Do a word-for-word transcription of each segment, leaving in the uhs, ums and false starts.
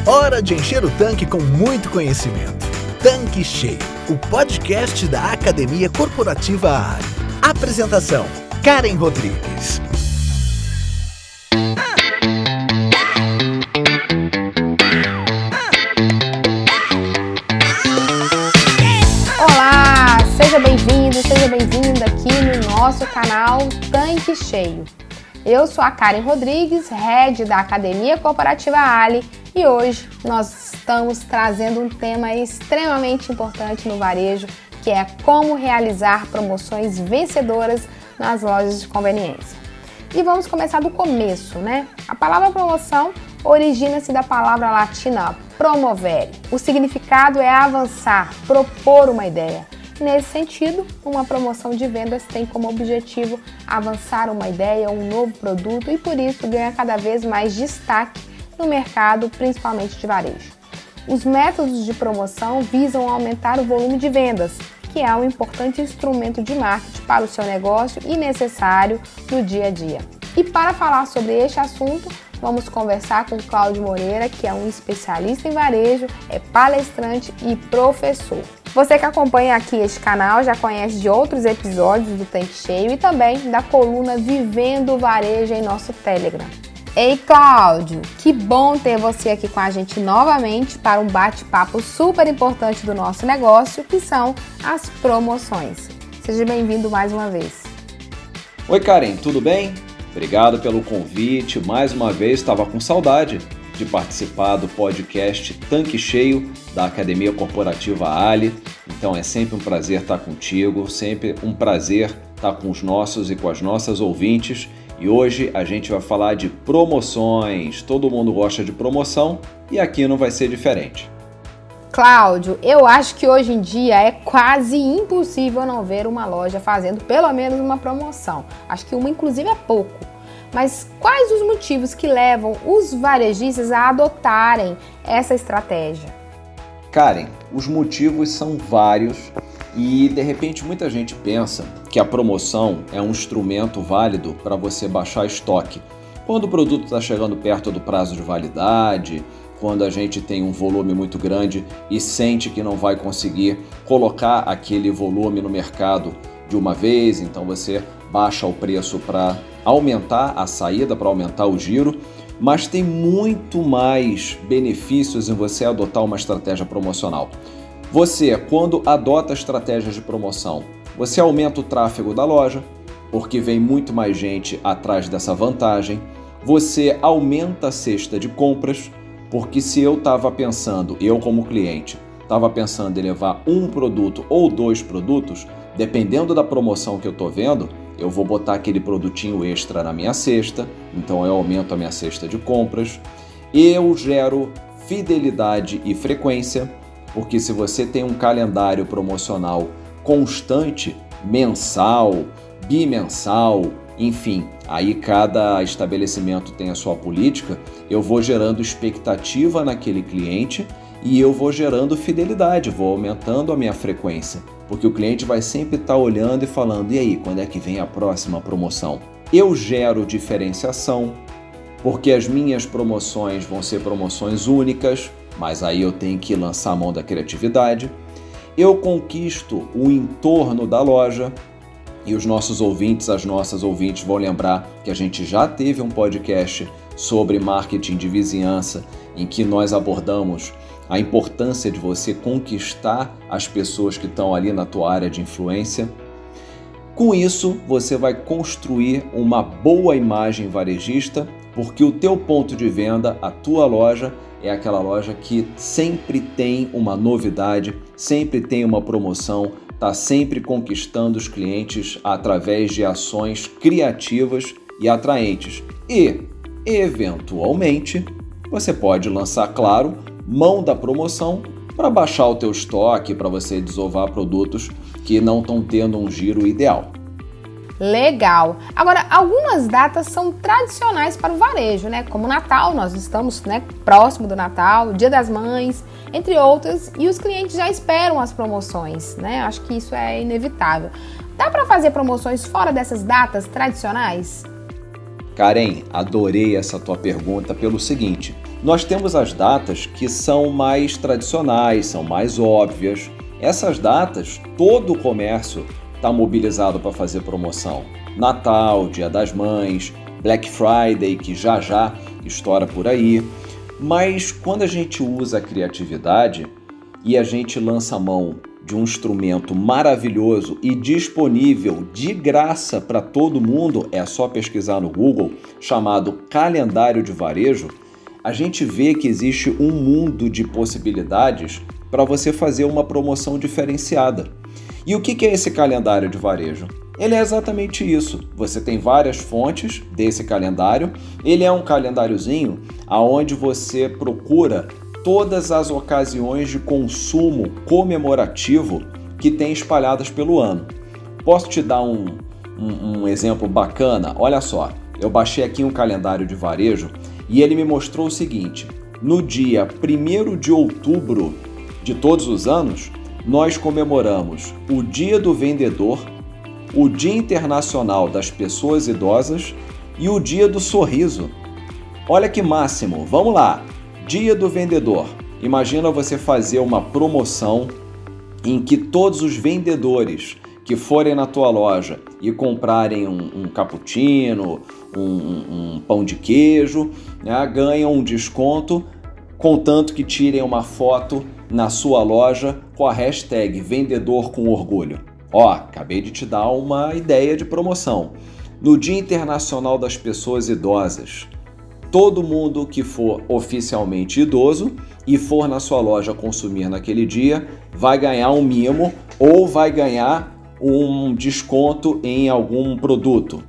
Hora de encher o tanque com muito conhecimento. Tanque Cheio, o podcast da Academia Corporativa Ali. Apresentação: Karen Rodrigues. Olá, seja bem-vindo, seja bem-vinda aqui no nosso canal Tanque Cheio. Eu sou a Karen Rodrigues, head da Academia Corporativa Ali, e hoje nós estamos trazendo um tema extremamente importante no varejo, que é como realizar promoções vencedoras nas lojas de conveniência. E vamos começar do começo, né? A palavra promoção origina-se da palavra latina promovere. O significado é avançar, propor uma ideia. Nesse sentido, uma promoção de vendas tem como objetivo avançar uma ideia, um novo produto, e por isso ganha cada vez mais destaque no mercado, principalmente de varejo. Os métodos de promoção visam aumentar o volume de vendas, que é um importante instrumento de marketing para o seu negócio e necessário no dia a dia. E para falar sobre este assunto, vamos conversar com o Cláudio Moreira, que é um especialista em varejo, é palestrante e professor. Você que acompanha aqui este canal já conhece de outros episódios do Tanque Cheio e também da coluna Vivendo o Varejo em nosso Telegram. Ei, Cláudio, que bom ter você aqui com a gente novamente para um bate-papo super importante do nosso negócio, que são as promoções. Seja bem-vindo mais uma vez. Oi, Karen, tudo bem? Obrigado pelo convite. Mais uma vez, estava com saudade de participar do podcast Tanque Cheio da Academia Corporativa Ali. Então é sempre um prazer estar contigo, sempre um prazer estar com os nossos e com as nossas ouvintes. E hoje a gente vai falar de promoções. Todo mundo gosta de promoção e aqui não vai ser diferente. Cláudio, eu acho que hoje em dia é quase impossível não ver uma loja fazendo pelo menos uma promoção. Acho que uma, inclusive, é pouco. Mas quais os motivos que levam os varejistas a adotarem essa estratégia? Karen, os motivos são vários e, de repente, muita gente pensa que a promoção é um instrumento válido para você baixar estoque. Quando o produto está chegando perto do prazo de validade, quando a gente tem um volume muito grande e sente que não vai conseguir colocar aquele volume no mercado de uma vez, então você baixa o preço para aumentar a saída, para aumentar o giro, mas tem muito mais benefícios em você adotar uma estratégia promocional. Você, quando adota estratégias de promoção, você aumenta o tráfego da loja, porque vem muito mais gente atrás dessa vantagem, você aumenta a cesta de compras, porque se eu estava pensando, eu como cliente, estava pensando em levar um produto ou dois produtos, dependendo da promoção que eu estou vendo, eu vou botar aquele produtinho extra na minha cesta, então eu aumento a minha cesta de compras. Eu gero fidelidade e frequência, porque se você tem um calendário promocional constante, mensal, bimensal, enfim, aí cada estabelecimento tem a sua política, eu vou gerando expectativa naquele cliente e eu vou gerando fidelidade, vou aumentando a minha frequência, porque o cliente vai sempre estar olhando e falando, e aí, quando é que vem a próxima promoção? Eu gero diferenciação, porque as minhas promoções vão ser promoções únicas, mas aí eu tenho que lançar a mão da criatividade. Eu conquisto o entorno da loja, e os nossos ouvintes, as nossas ouvintes vão lembrar que a gente já teve um podcast sobre marketing de vizinhança, em que nós abordamos a importância de você conquistar as pessoas que estão ali na tua área de influência. Com isso, você vai construir uma boa imagem varejista, porque o teu ponto de venda, a tua loja, é aquela loja que sempre tem uma novidade, sempre tem uma promoção, está sempre conquistando os clientes através de ações criativas e atraentes. E, eventualmente, você pode lançar, claro, mão da promoção para baixar o teu estoque, para você desovar produtos que não estão tendo um giro ideal. Legal! Agora, algumas datas são tradicionais para o varejo, né? Como o Natal, nós estamos, né, próximo do Natal, Dia das Mães, entre outras, e os clientes já esperam as promoções, né? Acho que isso é inevitável. Dá para fazer promoções fora dessas datas tradicionais? Karen, adorei essa tua pergunta pelo seguinte: Nós temos as datas que são mais tradicionais, são mais óbvias. Essas datas, todo o comércio está mobilizado para fazer promoção. Natal, Dia das Mães, Black Friday, que já já estoura por aí. Mas quando a gente usa a criatividade e a gente lança a mão de um instrumento maravilhoso e disponível de graça para todo mundo, é só pesquisar no Google, chamado calendário de varejo, a gente vê que existe um mundo de possibilidades para você fazer uma promoção diferenciada. E o que é esse calendário de varejo? Ele é exatamente isso. Você tem várias fontes desse calendário. Ele é um calendáriozinho onde você procura todas as ocasiões de consumo comemorativo que tem espalhadas pelo ano. Posso te dar um, um, um exemplo bacana? Olha só, eu baixei aqui um calendário de varejo e ele me mostrou o seguinte: no dia primeiro de outubro de todos os anos, nós comemoramos o Dia do Vendedor, o Dia Internacional das Pessoas Idosas e o Dia do Sorriso. Olha que máximo! Vamos lá! Dia do Vendedor. Imagina você fazer uma promoção em que todos os vendedores que forem na tua loja e comprarem um, um cappuccino, um, um, um pão de queijo, né, ganham um desconto, contanto que tirem uma foto na sua loja com a hashtag Vendedor com Orgulho. Ó, acabei de te dar uma ideia de promoção. No Dia Internacional das Pessoas Idosas, todo mundo que for oficialmente idoso e for na sua loja consumir naquele dia vai ganhar um mimo ou vai ganhar um desconto em algum produto.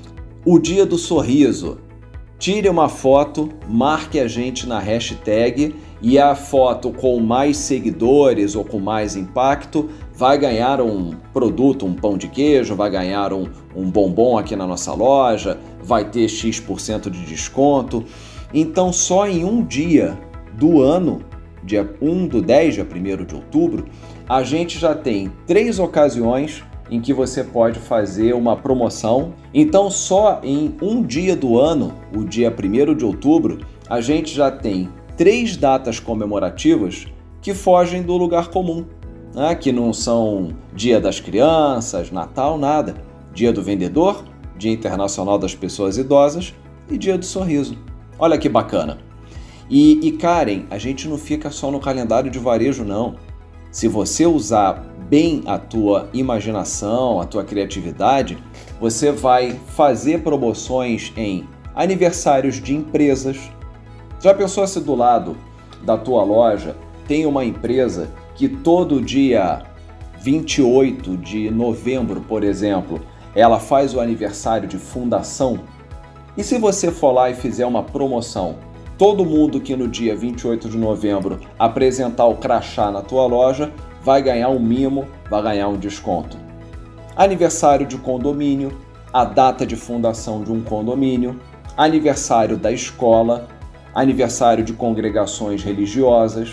O Dia do Sorriso. Tire uma foto, marque a gente na hashtag e a foto com mais seguidores ou com mais impacto vai ganhar um produto, um pão de queijo, vai ganhar um, um bombom aqui na nossa loja, vai ter X por cento de desconto. Então, só em um dia do ano, dia primeiro do dez, dia primeiro de outubro, a gente já tem três ocasiões em que você pode fazer uma promoção. Então, só em um dia do ano, o dia primeiro de outubro, a gente já tem três datas comemorativas que fogem do lugar comum, né? Que não são Dia das Crianças, Natal, nada. Dia do Vendedor, Dia Internacional das Pessoas Idosas e Dia do Sorriso. Olha que bacana. E, e Karen, a gente não fica só no calendário de varejo, não. Se você usar bem a tua imaginação, a tua criatividade, você vai fazer promoções em aniversários de empresas. Já pensou se do lado da tua loja tem uma empresa que todo dia vinte e oito de novembro, por exemplo, ela faz o aniversário de fundação? E se você for lá e fizer uma promoção, todo mundo que no dia vinte e oito de novembro apresentar o crachá na tua loja vai ganhar um mimo, vai ganhar um desconto. Aniversário de condomínio, a data de fundação de um condomínio, aniversário da escola, aniversário de congregações religiosas,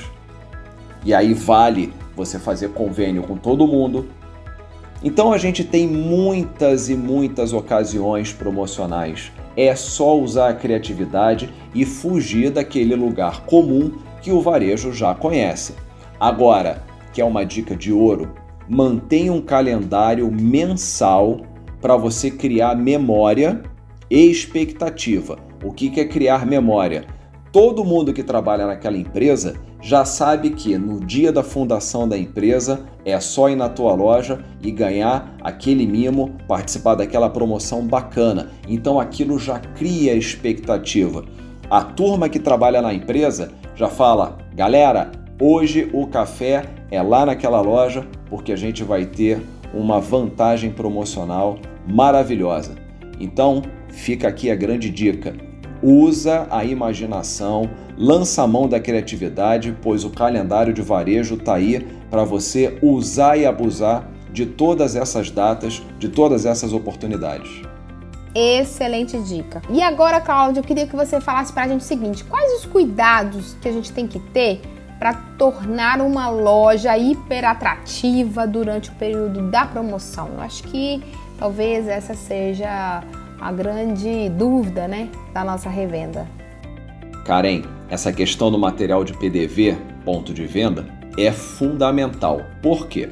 e aí vale você fazer convênio com todo mundo. Então a gente tem muitas e muitas ocasiões promocionais. É só usar a criatividade e fugir daquele lugar comum que o varejo já conhece. Agora, que é uma dica de ouro, mantenha um calendário mensal para você criar memória e expectativa. O que é criar memória? Todo mundo que trabalha naquela empresa já sabe que no dia da fundação da empresa é só ir na tua loja e ganhar aquele mimo, participar daquela promoção bacana. Então aquilo já cria expectativa. A turma que trabalha na empresa já fala: galera, hoje o café é lá naquela loja porque a gente vai ter uma vantagem promocional maravilhosa. Então fica aqui a grande dica. Usa a imaginação, lança a mão da criatividade, pois o calendário de varejo está aí para você usar e abusar de todas essas datas, de todas essas oportunidades. Excelente dica. E agora, Cláudio, eu queria que você falasse para a gente o seguinte: quais os cuidados que a gente tem que ter para tornar uma loja hiper atrativa durante o período da promoção? Eu acho que talvez essa seja a grande dúvida, né, da nossa revenda. Karen, essa questão do material de P D V, ponto de venda, é fundamental. Por quê?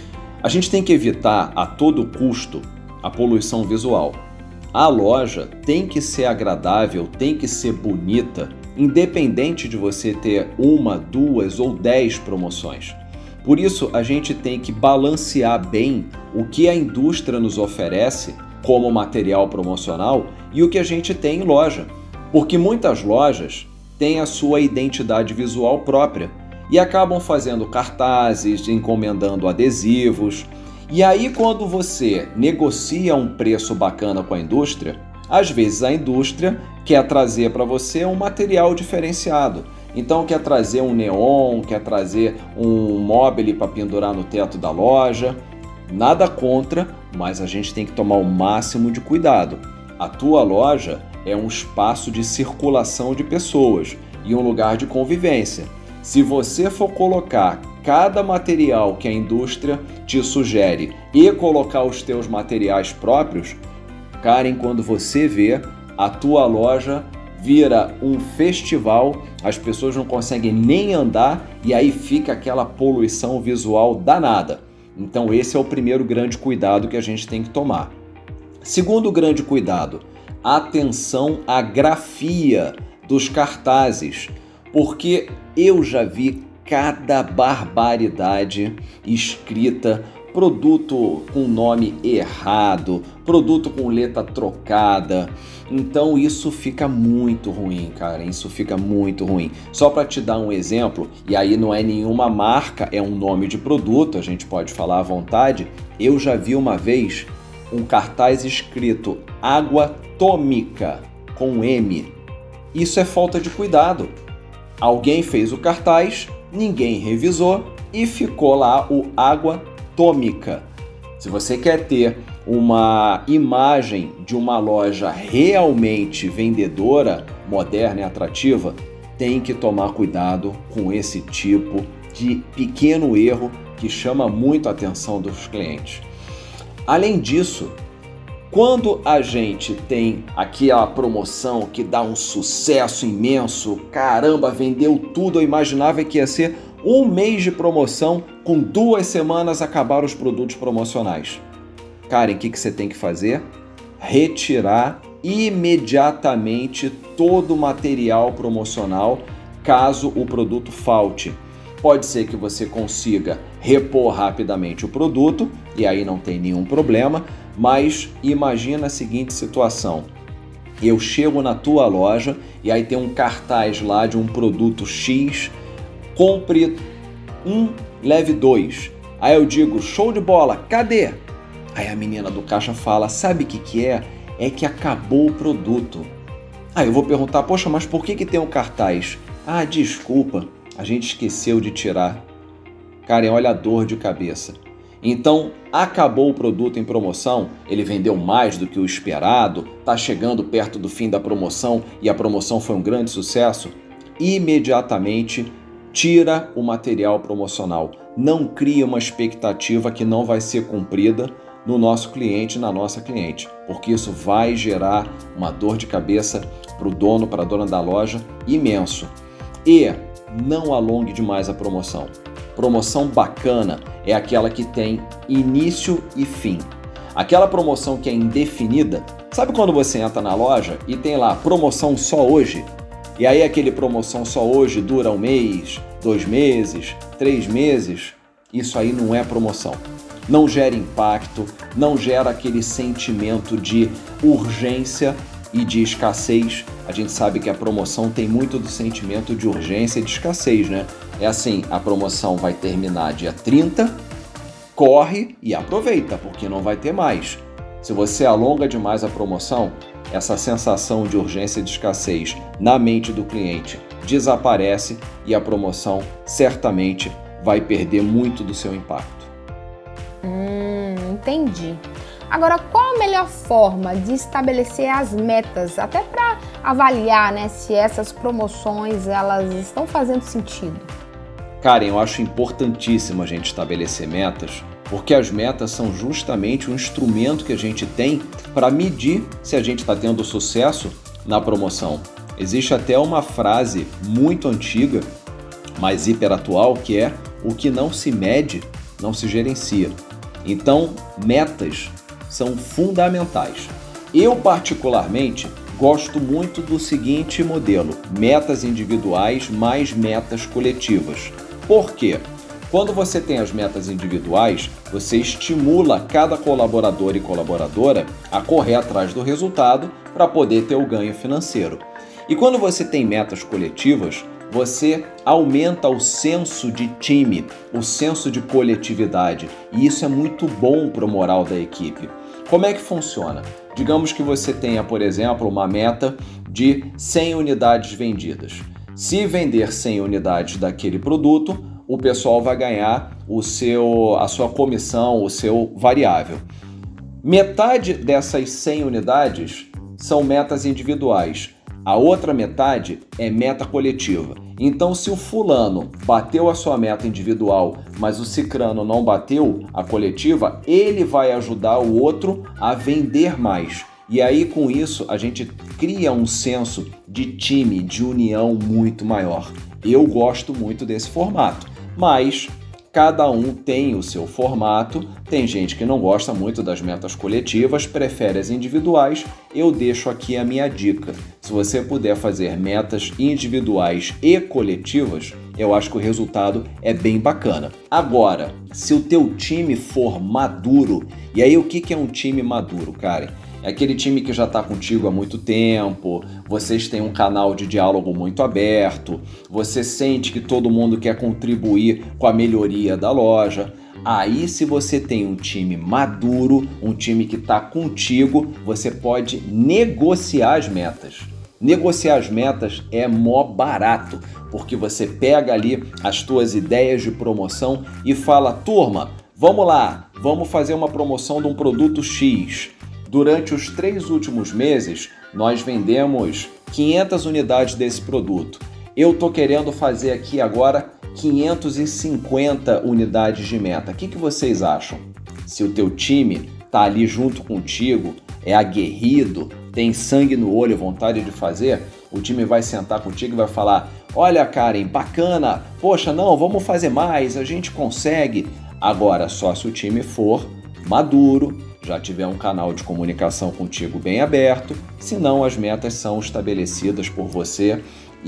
A gente tem que evitar a todo custo a poluição visual. A loja tem que ser agradável, tem que ser bonita, independente de você ter uma, duas ou dez promoções. Por isso, a gente tem que balancear bem o que a indústria nos oferece como material promocional e o que a gente tem em loja. Porque muitas lojas têm a sua identidade visual própria e acabam fazendo cartazes, encomendando adesivos. E aí, quando você negocia um preço bacana com a indústria, às vezes a indústria quer trazer para você um material diferenciado. Então quer trazer um neon, quer trazer um mobile para pendurar no teto da loja. Nada contra, mas a gente tem que tomar o máximo de cuidado. A tua loja é um espaço de circulação de pessoas e um lugar de convivência. Se você for colocar cada material que a indústria te sugere e colocar os teus materiais próprios, Karen, quando você vê, a tua loja vira um festival, as pessoas não conseguem nem andar e aí fica aquela poluição visual danada. Então esse é o primeiro grande cuidado que a gente tem que tomar. Segundo grande cuidado, atenção à grafia dos cartazes, porque eu já vi cada barbaridade escrita, produto com nome errado, produto com letra trocada. Então isso fica muito ruim, cara, isso fica muito ruim. Só para te dar um exemplo, e aí não é nenhuma marca, é um nome de produto, a gente pode falar à vontade. Eu já vi uma vez um cartaz escrito Água Tômica, com M. Isso é falta de cuidado. Alguém fez o cartaz, ninguém revisou e ficou lá o Água Tômica. Se você quer ter uma imagem de uma loja realmente vendedora, moderna e atrativa, tem que tomar cuidado com esse tipo de pequeno erro que chama muito a atenção dos clientes. Além disso, quando a gente tem aquela promoção que dá um sucesso imenso, caramba, vendeu tudo, eu imaginava que ia ser um mês de promoção, com duas semanas acabaram os produtos promocionais. Karen, o que, que você tem que fazer? Retirar imediatamente todo o material promocional caso o produto falte. Pode ser que você consiga repor rapidamente o produto e aí não tem nenhum problema, mas imagina a seguinte situação. Eu chego na tua loja e aí tem um cartaz lá de um produto X, compre um, leve dois. Aí eu digo, show de bola, cadê? Aí a menina do caixa fala, sabe o que que é? É que acabou o produto. Aí eu vou perguntar, poxa, mas por que que tem um cartaz? Ah, desculpa, a gente esqueceu de tirar. Karen, olha a dor de cabeça. Então, acabou o produto em promoção, ele vendeu mais do que o esperado, tá chegando perto do fim da promoção e a promoção foi um grande sucesso, imediatamente tira o material promocional. Não crie uma expectativa que não vai ser cumprida no nosso cliente, na nossa cliente, porque isso vai gerar uma dor de cabeça para o dono, para a dona da loja, imenso. E não alongue demais a promoção. Promoção bacana é aquela que tem início e fim. Aquela promoção que é indefinida, sabe quando você entra na loja e tem lá promoção só hoje? E aí aquele promoção só hoje dura um mês, dois meses, três meses? Isso aí não é promoção. Não gera impacto, não gera aquele sentimento de urgência e de escassez. A gente sabe que a promoção tem muito do sentimento de urgência e de escassez, né? É assim, a promoção vai terminar dia trinta, corre e aproveita, porque não vai ter mais. Se você alonga demais a promoção, essa sensação de urgência e de escassez na mente do cliente desaparece e a promoção certamente vai perder muito do seu impacto. Hum, entendi. Agora, qual a melhor forma de estabelecer as metas, até para avaliar, né, se essas promoções elas estão fazendo sentido? Karen, eu acho importantíssimo a gente estabelecer metas, porque as metas são justamente um instrumento que a gente tem para medir se a gente está tendo sucesso na promoção. Existe até uma frase muito antiga, mas hiperatual, que é: o que não se mede, não se gerencia. Então, metas são fundamentais. Eu, particularmente, gosto muito do seguinte modelo: metas individuais mais metas coletivas. Por quê? Quando você tem as metas individuais, você estimula cada colaborador e colaboradora a correr atrás do resultado para poder ter o ganho financeiro. E quando você tem metas coletivas, você aumenta o senso de time, o senso de coletividade, e isso é muito bom para o moral da equipe. Como é que funciona? Digamos que você tenha, por exemplo, uma meta de cem unidades vendidas. Se vender cem unidades daquele produto, o pessoal vai ganhar o seu, a sua comissão, o seu variável. Metade dessas cem unidades são metas individuais. A outra metade é meta coletiva. Então, se o fulano bateu a sua meta individual, mas o cicrano não bateu a coletiva, ele vai ajudar o outro a vender mais. E aí, com isso, a gente cria um senso de time, de união muito maior. Eu gosto muito desse formato, mas cada um tem o seu formato. Tem gente que não gosta muito das metas coletivas, prefere as individuais. Eu deixo aqui a minha dica. Se você puder fazer metas individuais e coletivas, eu acho que o resultado é bem bacana. Agora, se o teu time for maduro, e aí o que é um time maduro, cara? É aquele time que já está contigo há muito tempo, vocês têm um canal de diálogo muito aberto, você sente que todo mundo quer contribuir com a melhoria da loja. Aí, se você tem um time maduro, um time que está contigo, você pode negociar as metas. Negociar as metas é mó barato, porque você pega ali as tuas ideias de promoção e fala: turma, vamos lá, vamos fazer uma promoção de um produto X. Durante os três últimos meses, nós vendemos quinhentas unidades desse produto. Eu estou querendo fazer aqui agora quinhentas e cinquenta unidades de meta. O que, que vocês acham? Se o teu time está ali junto contigo, é aguerrido, tem sangue no olho, vontade de fazer, o time vai sentar contigo e vai falar: olha, Karen, bacana, poxa, não, vamos fazer mais, a gente consegue. Agora, só se o time for maduro, já tiver um canal de comunicação contigo bem aberto, senão as metas são estabelecidas por você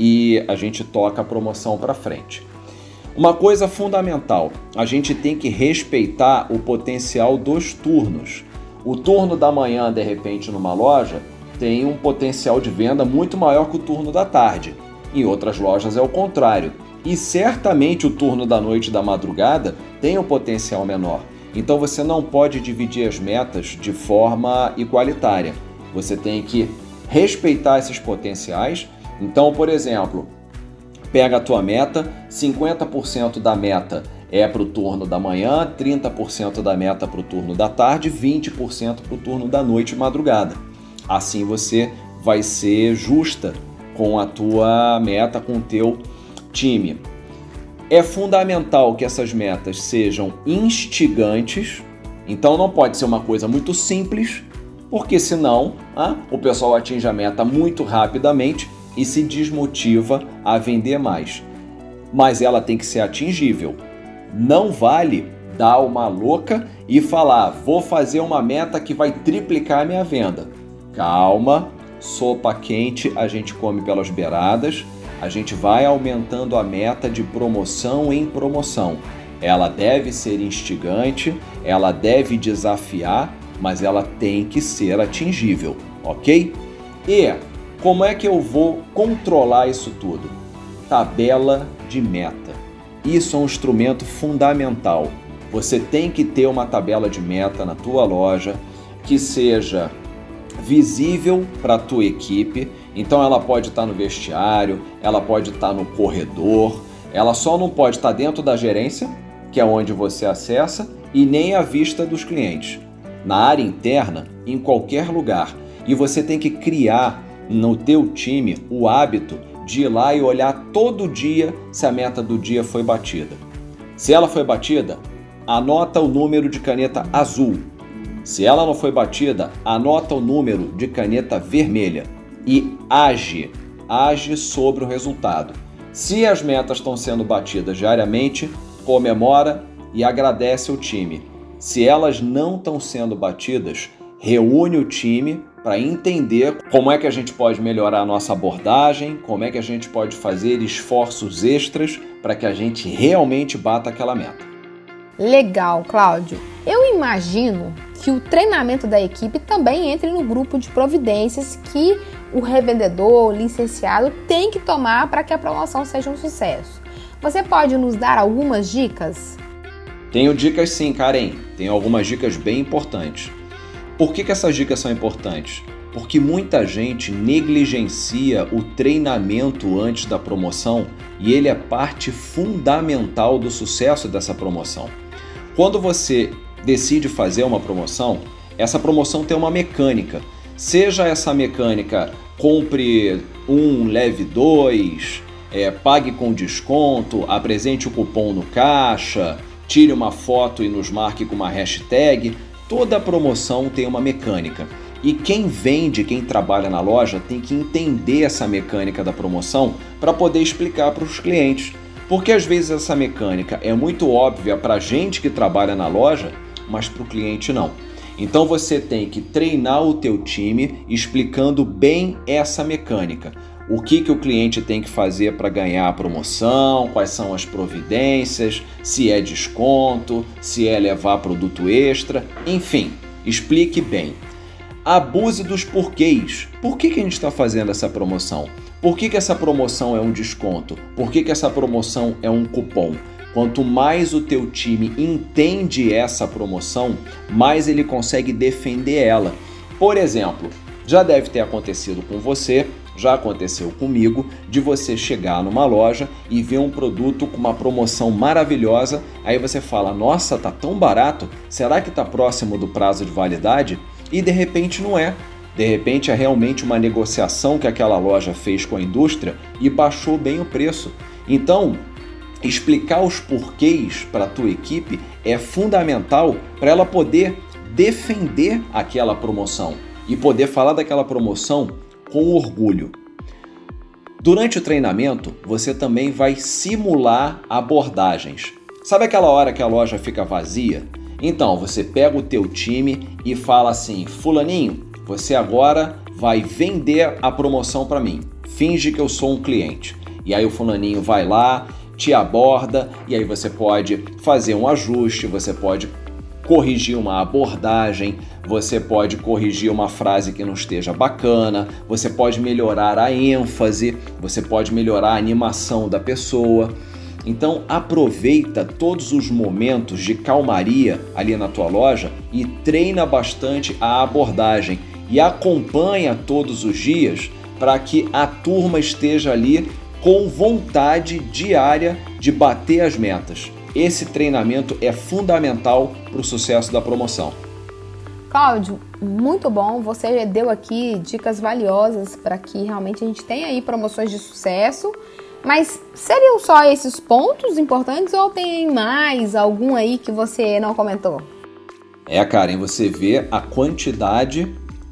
e a gente toca a promoção para frente. Uma coisa fundamental, a gente tem que respeitar o potencial dos turnos. O turno da manhã, de repente, numa loja, tem um potencial de venda muito maior que o turno da tarde. Em outras lojas é o contrário. E certamente o turno da noite e da madrugada tem um potencial menor. Então você não pode dividir as metas de forma igualitária. Você tem que respeitar esses potenciais. Então, por exemplo, pega a tua meta, cinquenta por cento da meta é para o turno da manhã, trinta por cento da meta para o turno da tarde, vinte por cento para o turno da noite e madrugada. Assim você vai ser justa com a tua meta, com o teu time. É fundamental que essas metas sejam instigantes, então não pode ser uma coisa muito simples, porque senão ah, o pessoal atinge a meta muito rapidamente e se desmotiva a vender mais. Mas ela tem que ser atingível. Não vale dar uma louca e falar: vou fazer uma meta que vai triplicar a minha venda. Calma, sopa quente a gente come pelas beiradas. A gente vai aumentando a meta de promoção em promoção. Ela deve ser instigante, ela deve desafiar, mas ela tem que ser atingível, ok? E como é que eu vou controlar isso tudo? Tabela de meta. Isso é um instrumento fundamental. Você tem que ter uma tabela de meta na tua loja que seja visível para a tua equipe. Então ela pode estar no vestiário, ela pode estar no corredor, ela só não pode estar dentro da gerência, que é onde você acessa, e nem à vista dos clientes. Na área interna, em qualquer lugar. E você tem que criar no teu time o hábito de ir lá e olhar todo dia se a meta do dia foi batida. Se ela foi batida, anota o número de caneta azul. Se ela não foi batida, anota o número de caneta vermelha. E age. age sobre o resultado. Se as metas estão sendo batidas diariamente, comemora e agradece o time. Se elas não estão sendo batidas, reúne o time para entender como é que a gente pode melhorar a nossa abordagem, como é que a gente pode fazer esforços extras para que a gente realmente bata aquela meta. Legal, Cláudio. Eu imagino que o treinamento da equipe também entre no grupo de providências que o revendedor, o licenciado, tem que tomar para que a promoção seja um sucesso. Você pode nos dar algumas dicas? Tenho dicas sim, Karen. Tenho algumas dicas bem importantes. Por que que essas dicas são importantes? Porque muita gente negligencia o treinamento antes da promoção e ele é parte fundamental do sucesso dessa promoção. Quando você decide fazer uma promoção, essa promoção tem uma mecânica. Seja essa mecânica compre um, leve dois, é, pague com desconto, apresente o cupom no caixa, tire uma foto e nos marque com uma hashtag. Toda promoção tem uma mecânica. E quem vende, quem trabalha na loja, tem que entender essa mecânica da promoção para poder explicar para os clientes. Porque às vezes essa mecânica é muito óbvia para a gente que trabalha na loja, mas para o cliente não. Então você tem que treinar o teu time explicando bem essa mecânica. O que, que o cliente tem que fazer para ganhar a promoção, quais são as providências, se é desconto, se é levar produto extra, enfim, explique bem. Abuse dos porquês. Por que, que a gente está fazendo essa promoção? Por que, que essa promoção é um desconto? Por que, que essa promoção é um cupom? Quanto mais o teu time entende essa promoção, mais ele consegue defender ela. Por exemplo, já deve ter acontecido com você, já aconteceu comigo, de você chegar numa loja e ver um produto com uma promoção maravilhosa, aí você fala, nossa, tá tão barato, será que tá próximo do prazo de validade? E de repente não é. De repente é realmente uma negociação que aquela loja fez com a indústria e baixou bem o preço. Então, explicar os porquês para a tua equipe é fundamental para ela poder defender aquela promoção e poder falar daquela promoção com orgulho. Durante o treinamento, você também vai simular abordagens. Sabe aquela hora que a loja fica vazia? Então, você pega o teu time e fala assim, fulaninho, você agora vai vender a promoção para mim. Finge que eu sou um cliente. E aí o fulaninho vai lá, te aborda, e aí você pode fazer um ajuste, você pode corrigir uma abordagem, você pode corrigir uma frase que não esteja bacana, você pode melhorar a ênfase, você pode melhorar a animação da pessoa. Então aproveita todos os momentos de calmaria ali na tua loja e treina bastante a abordagem e acompanha todos os dias para que a turma esteja ali com vontade diária de bater as metas. Esse treinamento é fundamental para o sucesso da promoção. Cláudio, muito bom. Você deu aqui dicas valiosas para que realmente a gente tenha aí promoções de sucesso. Mas seriam só esses pontos importantes ou tem mais algum aí que você não comentou? É, Karen, você vê a quantidade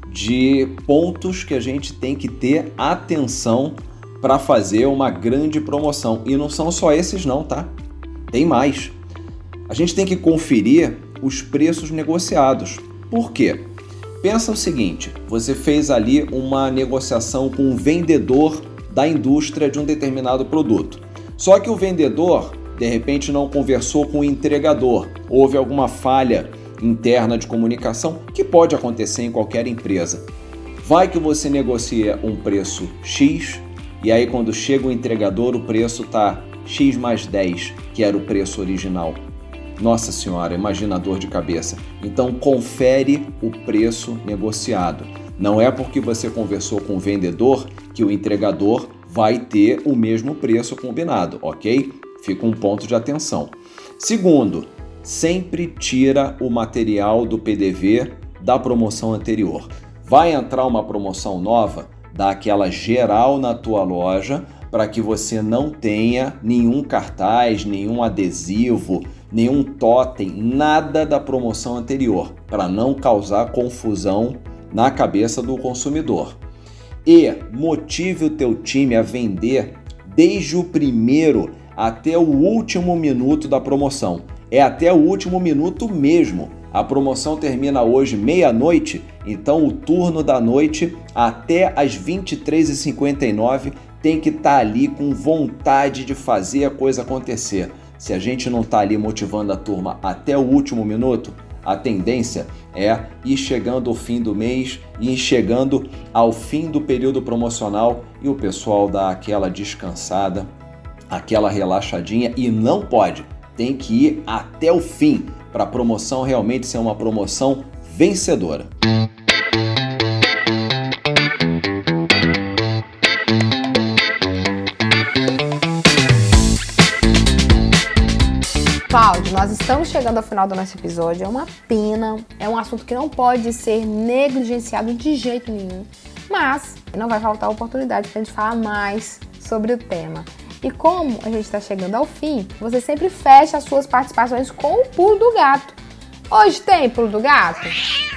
de pontos que a gente tem que ter atenção para fazer uma grande promoção. E não são só esses não, tá? Tem mais. A gente tem que conferir os preços negociados. Por quê? Pensa o seguinte, você fez ali uma negociação com um vendedor da indústria de um determinado produto. Só que o vendedor, de repente, não conversou com o entregador. Houve alguma falha interna de comunicação que pode acontecer em qualquer empresa. Vai que você negocia um preço X e aí quando chega o entregador o preço está X mais dez, que era o preço original. Nossa senhora, imagina a dor de cabeça. Então confere o preço negociado. Não é porque você conversou com o vendedor que o entregador vai ter o mesmo preço combinado, ok? Fica um ponto de atenção. Segundo, sempre tira o material do P D V da promoção anterior. Vai entrar uma promoção nova, dá aquela geral na tua loja para que você não tenha nenhum cartaz, nenhum adesivo, nenhum totem, nada da promoção anterior, para não causar confusão na cabeça do consumidor. e motive o teu time a vender desde o primeiro até o último minuto da promoção. É até o último minuto mesmo. A promoção termina hoje meia-noite, então o turno da noite até às vinte e três e cinquenta e nove tem que estar ali com vontade de fazer a coisa acontecer. Se a gente não está ali motivando a turma até o último minuto, a tendência é ir chegando ao fim do mês e ir chegando ao fim do período promocional e o pessoal dá aquela descansada, aquela relaxadinha e não pode, tem que ir até o fim para a promoção realmente ser uma promoção vencedora. Cláudio, nós estamos chegando ao final do nosso episódio, é uma pena, é um assunto que não pode ser negligenciado de jeito nenhum, mas não vai faltar oportunidade para a gente falar mais sobre o tema. E como a gente está chegando ao fim, você sempre fecha as suas participações com o pulo do gato. Hoje tem pulo do gato?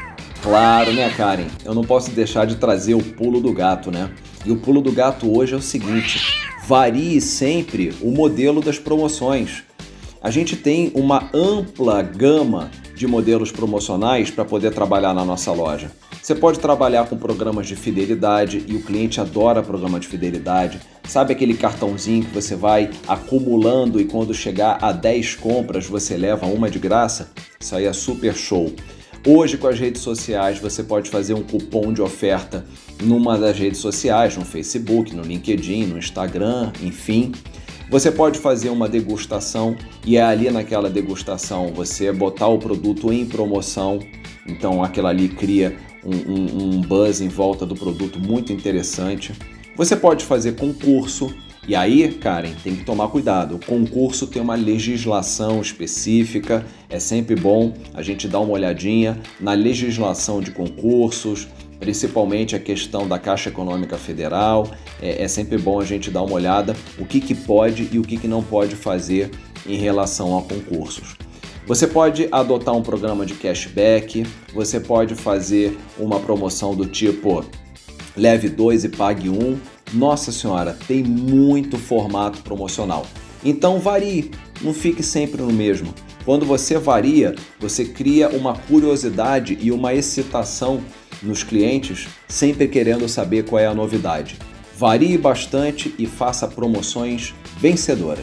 Claro, né, Karen? Eu não posso deixar de trazer o pulo do gato, né? E o pulo do gato hoje é o seguinte: varie sempre o modelo das promoções. A gente tem uma ampla gama de modelos promocionais para poder trabalhar na nossa loja. Você pode trabalhar com programas de fidelidade e o cliente adora programa de fidelidade. Sabe aquele cartãozinho que você vai acumulando e quando chegar a dez compras você leva uma de graça? Isso aí é super show. Hoje com as redes sociais você pode fazer um cupom de oferta numa das redes sociais, no Facebook, no LinkedIn, no Instagram, enfim. Você pode fazer uma degustação e é ali naquela degustação você botar o produto em promoção, então aquilo ali cria um, um, um buzz em volta do produto muito interessante. Você pode fazer concurso e aí, Karen, tem que tomar cuidado. O concurso tem uma legislação específica, é sempre bom a gente dar uma olhadinha na legislação de concursos, principalmente a questão da Caixa Econômica Federal, é, é sempre bom a gente dar uma olhada o que, que pode e o que, que não pode fazer em relação a concursos. Você pode adotar um programa de cashback, você pode fazer uma promoção do tipo leve dois e pague um. Nossa senhora, tem muito formato promocional. Então varie, não fique sempre no mesmo. Quando você varia, você cria uma curiosidade e uma excitação nos clientes, sempre querendo saber qual é a novidade. Varie bastante e faça promoções vencedoras.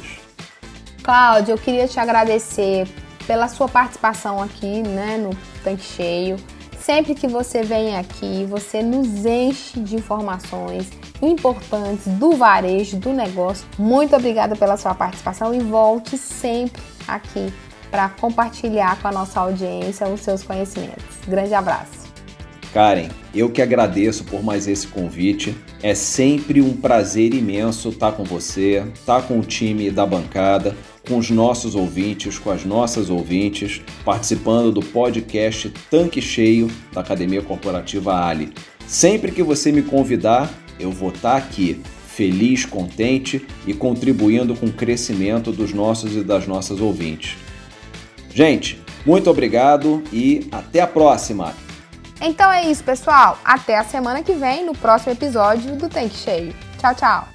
Cláudio, eu queria te agradecer pela sua participação aqui, né, no Tanque Cheio. Sempre que você vem aqui, você nos enche de informações importantes do varejo, do negócio. Muito obrigada pela sua participação e volte sempre aqui para compartilhar com a nossa audiência os seus conhecimentos. Grande abraço. Karen, eu que agradeço por mais esse convite. É sempre um prazer imenso estar com você, estar com o time da bancada, com os nossos ouvintes, com as nossas ouvintes, participando do podcast Tanque Cheio da Academia Corporativa Ali. Sempre que você me convidar, eu vou estar aqui, feliz, contente e contribuindo com o crescimento dos nossos e das nossas ouvintes. Gente, muito obrigado e até a próxima! Então é isso, pessoal. Até a semana que vem, no próximo episódio do Tanque Cheio. Tchau, tchau.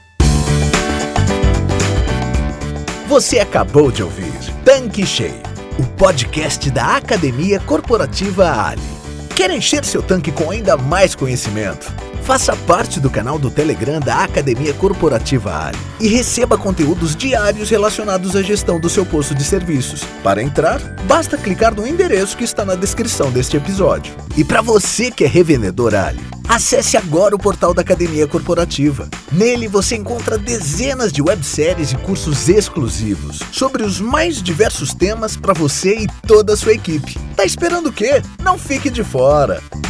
Você acabou de ouvir Tanque Cheio, o podcast da Academia Corporativa Ali. Quer encher seu tanque com ainda mais conhecimento? Faça parte do canal do Telegram da Academia Corporativa Ali e receba conteúdos diários relacionados à gestão do seu posto de serviços. Para entrar, basta clicar no endereço que está na descrição deste episódio. E para você que é revendedor Ali, acesse agora o portal da Academia Corporativa. Nele você encontra dezenas de webséries e cursos exclusivos sobre os mais diversos temas para você e toda a sua equipe. Tá esperando o quê? Não fique de fora!